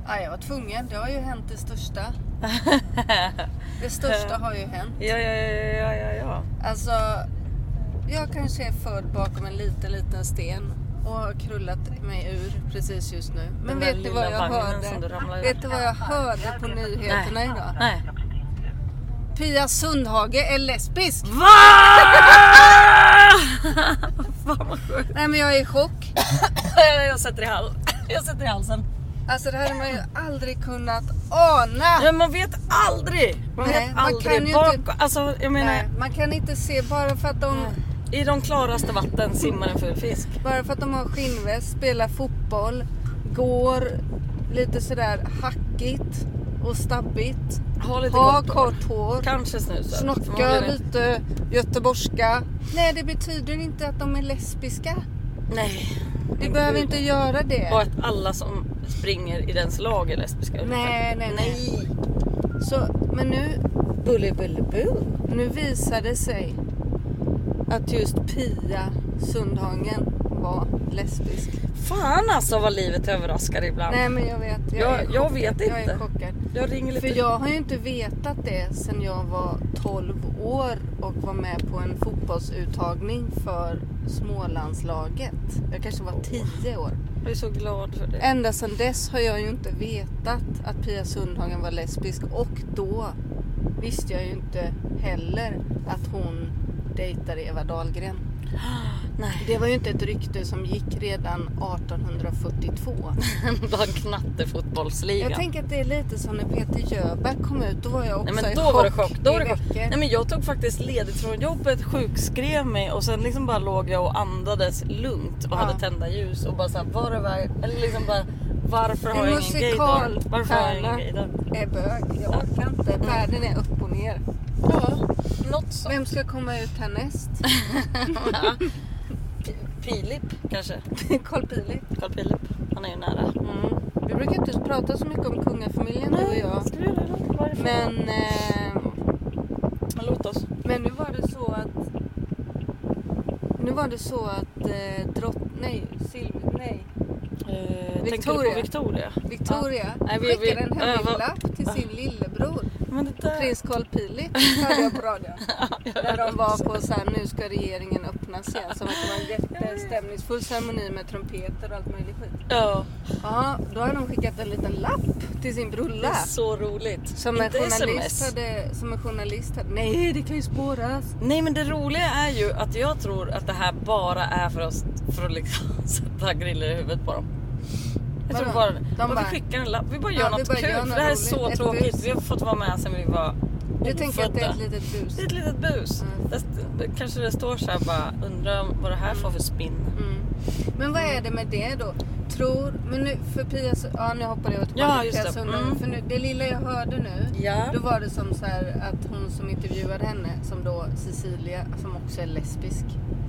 Ja, jag var tvungen. Det har ju hänt det största. Det största har ju hänt. Ja. Alltså, jag kanske är född bakom en liten sten och har krullat mig ur precis just nu. Men vet du vad jag hörde? Vet du vad jag hörde på nyheterna idag? Nej. Pia Sundhage är lesbisk. Va? Fan vad sjukt. Nej, men jag är i chock. Jag sätter i halsen. Alltså det här har man ju aldrig kunnat ana. Ja, man vet aldrig. Man kan ju inte. Alltså, jag menar, nej, man kan inte se bara för att de... I de klaraste vatten simmar en full fisk. Bara för att de har skinnväst, spelar fotboll, går lite sådär hackigt och stabbigt. Har kort hår. Kanske snusar. Snockar lite göteborgska. Nej, det betyder inte att de är lesbiska. Nej. Det behöver inte göra det. Och att alla som springer i dens lag är lesbiska. Nej. Så, men nu... Nu visar det sig att just Pia Sundhagen var lesbisk. Fan alltså vad livet överraskar ibland. Nej, men jag vet. Jag vet inte. Jag är chockad. Jag ringer lite. För jag har ju inte vetat det sedan jag var 12 år och var med på en fotbollsuttagning för Smålandslaget. Jag kanske var 10 år. Jag är så glad för det. Ända sedan dess har jag ju inte vetat att Pia Sundhagen var lesbisk. Och då visste jag ju inte heller att hon dejtade Eva Dahlgren. Nej. Det var ju inte ett rykte som gick redan 1842. Bara knattefotbollsligan. Jag tänker att det är lite som när Peter Jöback kom ut. Då var jag också men i då chock. Var det chock. Då var det chock. Veckor. Nej, men jag tog faktiskt ledigt från jobbet, sjukskrev mig och sen liksom bara låg jag och andades lugnt och hade tända ljus och bara så här, var det väg? Eller liksom bara, varför har jag ingen gaydar? Varför har jag ingen gaydar? Är bög. Jag orkar inte. Världen är upp och ner. Ja, något så. Vem ska komma ut härnäst? Filip kanske. Carl Philip. Carl Philip. Han är ju nära. Vi brukar inte prata så mycket om kungafamiljen, du och jag. Ska vi göra det? Men låt oss. Men nu var det så att Victoria skickade en hemliglapp till sin lillebror. Prins Carl Philip hörde jag på radio. Där de var på så här, nu ska regeringen öppnas igen. Som att det var en jättestämningsfull ceremoni med trumpeter och allt möjligt skit. Ja. Ja, då har de skickat en liten lapp till sin brulla. Det är så roligt. Som en journalist hade. Nej, det kan ju spåras. Nej, men det roliga är ju att jag tror att det här bara är för att liksom sätta griller i huvudet på dem. Jag tror bara vi skickar en lapp. Vi bara gör något kul. För det här är så tråkigt. Bus. Vi har fått vara med sen vi var du tänker att det är ett litet bus? Det är ett litet bus. Kanske det står så här bara, undrar vad det här får för spinn. Men vad är det med det då? Men nu för Pia, nu hoppar jag tillbaka till Pia Sundhagen. För nu, det lilla jag hörde nu, då var det som så här att hon som intervjuade henne, som då Cecilia, som också är lesbisk.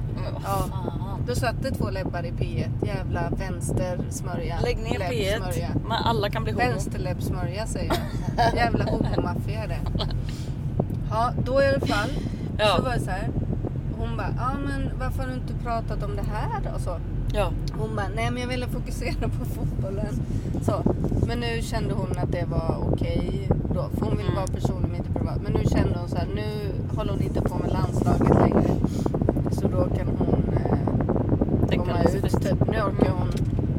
Då satt det 2 läbbar i P1. Jävla vänstersmörja. Lägg ner P1. Men alla kan bli homo. Vänsterläbbsmörja säger jag. Jävla homomaffia det. Ja, då i alla fall. Så var det så här. Hon bara, men varför har du inte pratat om det här då? Så. Ja. Hon bara, nej men jag ville fokusera på fotbollen. Så. Men nu kände hon att det var okej då. För hon ville vara personlig, inte privat. Men nu kände hon så här, nu håller hon inte på med landslaget längre. Så då kan hon komma ut. Typ. Nu orkar hon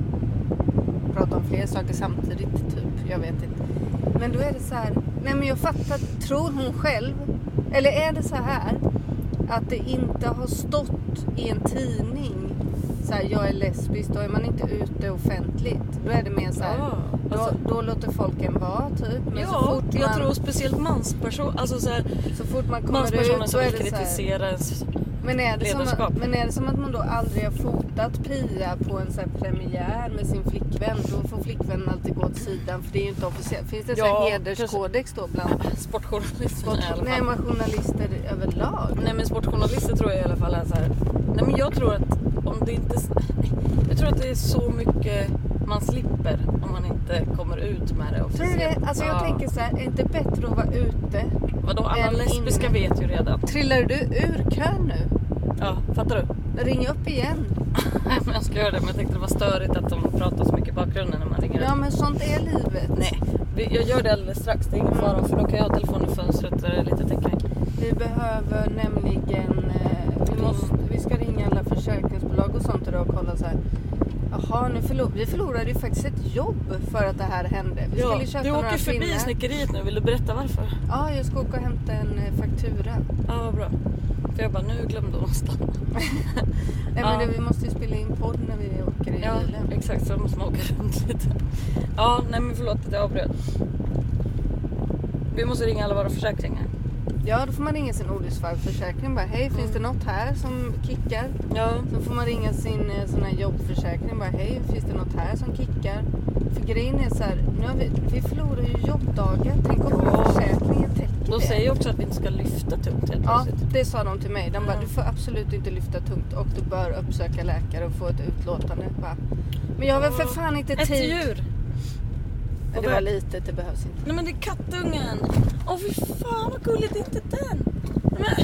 prata om fler saker samtidigt. Typ. Jag vet inte. Men då är det så här. Nej men jag fattar. Tror hon själv. Eller är det så här. Att det inte har stått i en tidning. Så här, jag är lesbisk. Då är man inte ute offentligt. Då är det mer så här. Då låter folk en vara typ. Men så fort jag tror speciellt mansperson. Alltså så här. Så fort man kommer ut. Så är det kritisera ens ledarskap. Men är det som att man då aldrig har fotat Pia på en så här premiär med sin flickvän? Då får flickvännen alltid gå åt sidan. För det är ju inte officiellt. Finns det så här hederskodex då bland sportjournalister? Nej, men journalister överlag. Nej, men sportjournalister tror jag i alla fall är så här. Nej, men jag tror att om det inte... Jag tror att det är så mycket man slipper om man inte kommer ut med det officiellt. Tror du det? Alltså jag tänker så här, är det inte bättre att vara ute? Vadå? Alla lesbiska vet ju redan. Trillar du ur kön nu? Ja, fattar du? Ring upp igen. Men jag ska göra det, men jag tänkte det var störigt att de pratar så mycket i bakgrunden när man ringer upp. Ja, men sånt är livet. Nej, jag gör det alldeles strax. Det är ingen fara, för då kan jag ha telefonen i fönstret där det är lite täckning. Vi behöver nämligen... vi ska ringa alla försäkringsbolag och sånt idag och kolla så här. Jaha, vi förlorade ju faktiskt ett jobb för att det här hände. Vi skulle köpa du åker några förbi pinnar. snickeriet nu. Vill du berätta varför? Ja, jag ska åka och hämta en faktura. Ja, vad bra. För jag bara, nu glömde hon stanna. Nej, men vi måste ju spela in podd när vi åker i bilen. Ja, exakt. Så måste man åka runt lite. Ja, nej men förlåt att jag avbröt. Vi måste ringa alla våra försäkringar. Ja, då får man ringa sin olycksfallsförsäkring. Bara, hej, finns det något här som kickar? Ja. Så får man ringa sin sån här jobbförsäkring. Bara, hej, finns det något här som kickar? För grejen är så här, nu har vi förlorar ju jobbdagar. Tänk om försäkringen täcker det. De säger ju också att vi inte ska lyfta tungt helt plötsligt. Ja, det sa de till mig. De bara, du får absolut inte lyfta tungt och du bör uppsöka läkare och få ett utlåtande. Bara, men jag har väl för fan inte tid. Ett djur. Det var litet, det behövs inte. Nej, men det är kattungen. Åh, fy fan vad gulligt, inte den. Men,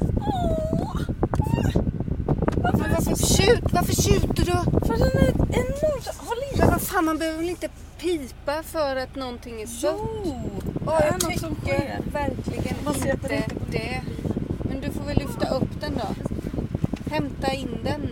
Varför tjuter du? För den är enormt. Håll i. Men vad fan, man behöver väl inte pipa för att någonting är sött? Jo, jag tycker verkligen inte det. Men du får väl lyfta upp den då. Hämta in den.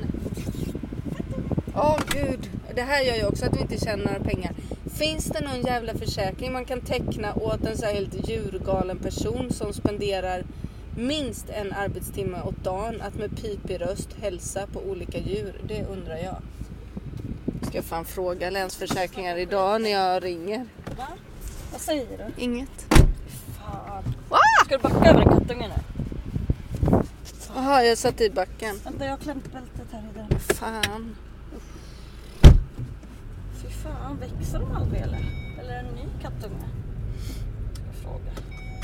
Gud. Det här gör ju också att vi inte tjänar några pengar. Finns det någon jävla försäkring man kan teckna åt en så här helt djurgalen person som spenderar minst en arbetstimme åt dagen att med pipig röst hälsa på olika djur? Det undrar jag. Ska jag fan fråga Länsförsäkringar idag när jag ringer? Va? Vad säger du? Inget. Fan. Ska du backa över kattungen nu? Jaha, jag satt i backen. Vänta, jag har klämt bältet här i den. Fan. Fy fan, växer de aldrig eller? Eller en ny kattunge? Jag frågar.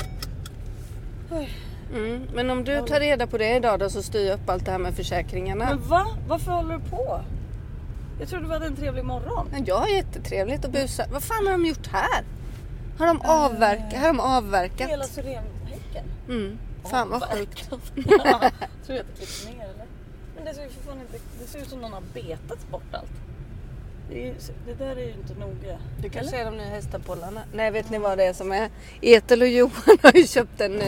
Men om du tar reda på det idag då, så styr jag upp allt det här med försäkringarna. Men va? Varför håller du på? Jag trodde du hade en trevlig morgon. Men jag har jättetrevligt att busa. Vad fan har de gjort här? Har de avverkat? Hela syrenhäcken. Fan vad sjukt. Tror jag att det klipps ner eller? Men det ser ju för fan inte, det ser ut som någon har betat bort allt. Det där är ju inte noga. Du kanske är de nya hästapollarna. Nej, vet ni vad det är som är? Etel och Johan har ju köpt en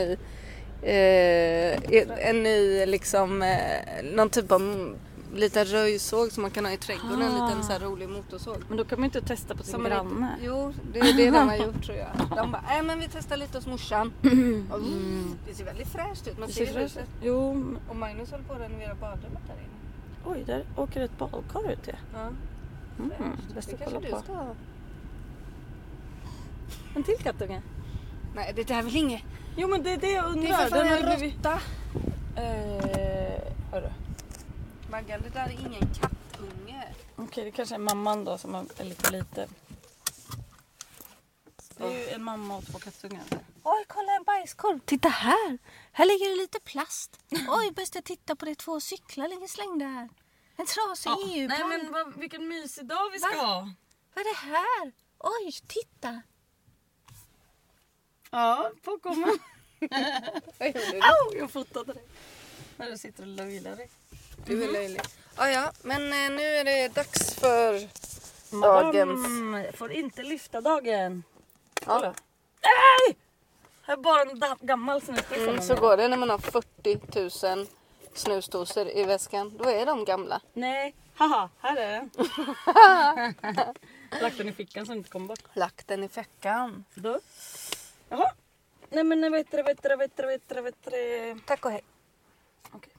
ny liksom någon typ av liten röjsåg som man kan ha i trädgården. En liten så här rolig motorsåg. Men då kan man inte testa på sin granne. Jo, det är det de har gjort tror jag. De bara, men vi testar lite hos morsan. Det ser väldigt fräscht ut. Man ser det. Jo. Och Magnus håller på att renovera badrummet där inne. Oj, där åker ett badkar ut. Ja. Det kanske du ska ha. En till kattunge? Nej, det är väl inget. Jo, men det är det jag undrar. Det är för fan en råtta. Hörru. Maggan, det där är ingen kattunge. Okej, det kanske är mamman då som är lite liten. Det är ju en mamma och 2 kattungar. Oj, kolla en bajskorv. Titta här. Här ligger det lite plast. Oj, bäst jag titta på det. 2 cyklar ligger slängda här. En trasig EU-pall. Nej, men vilken mysig dag vi ska ha. Vad är det här? Oj, titta. Ja, på komma. Vad gjorde du? Au, jag fotade dig. När du sitter och löjlar dig. Du är löjlig. Ja, men nu är det dags för dagens... Får inte lyfta dagen. Ja. Nej! Här är bara en gammal snusdosa. Så går det när man har 40 000 snusdosor i väskan. Då är de gamla. Nej, haha, här är den. Lagt den i fickan så den inte kommer bort. Lagt den i fickan. Då? Jaha. Nej men vet du. Tack och hej. Okej.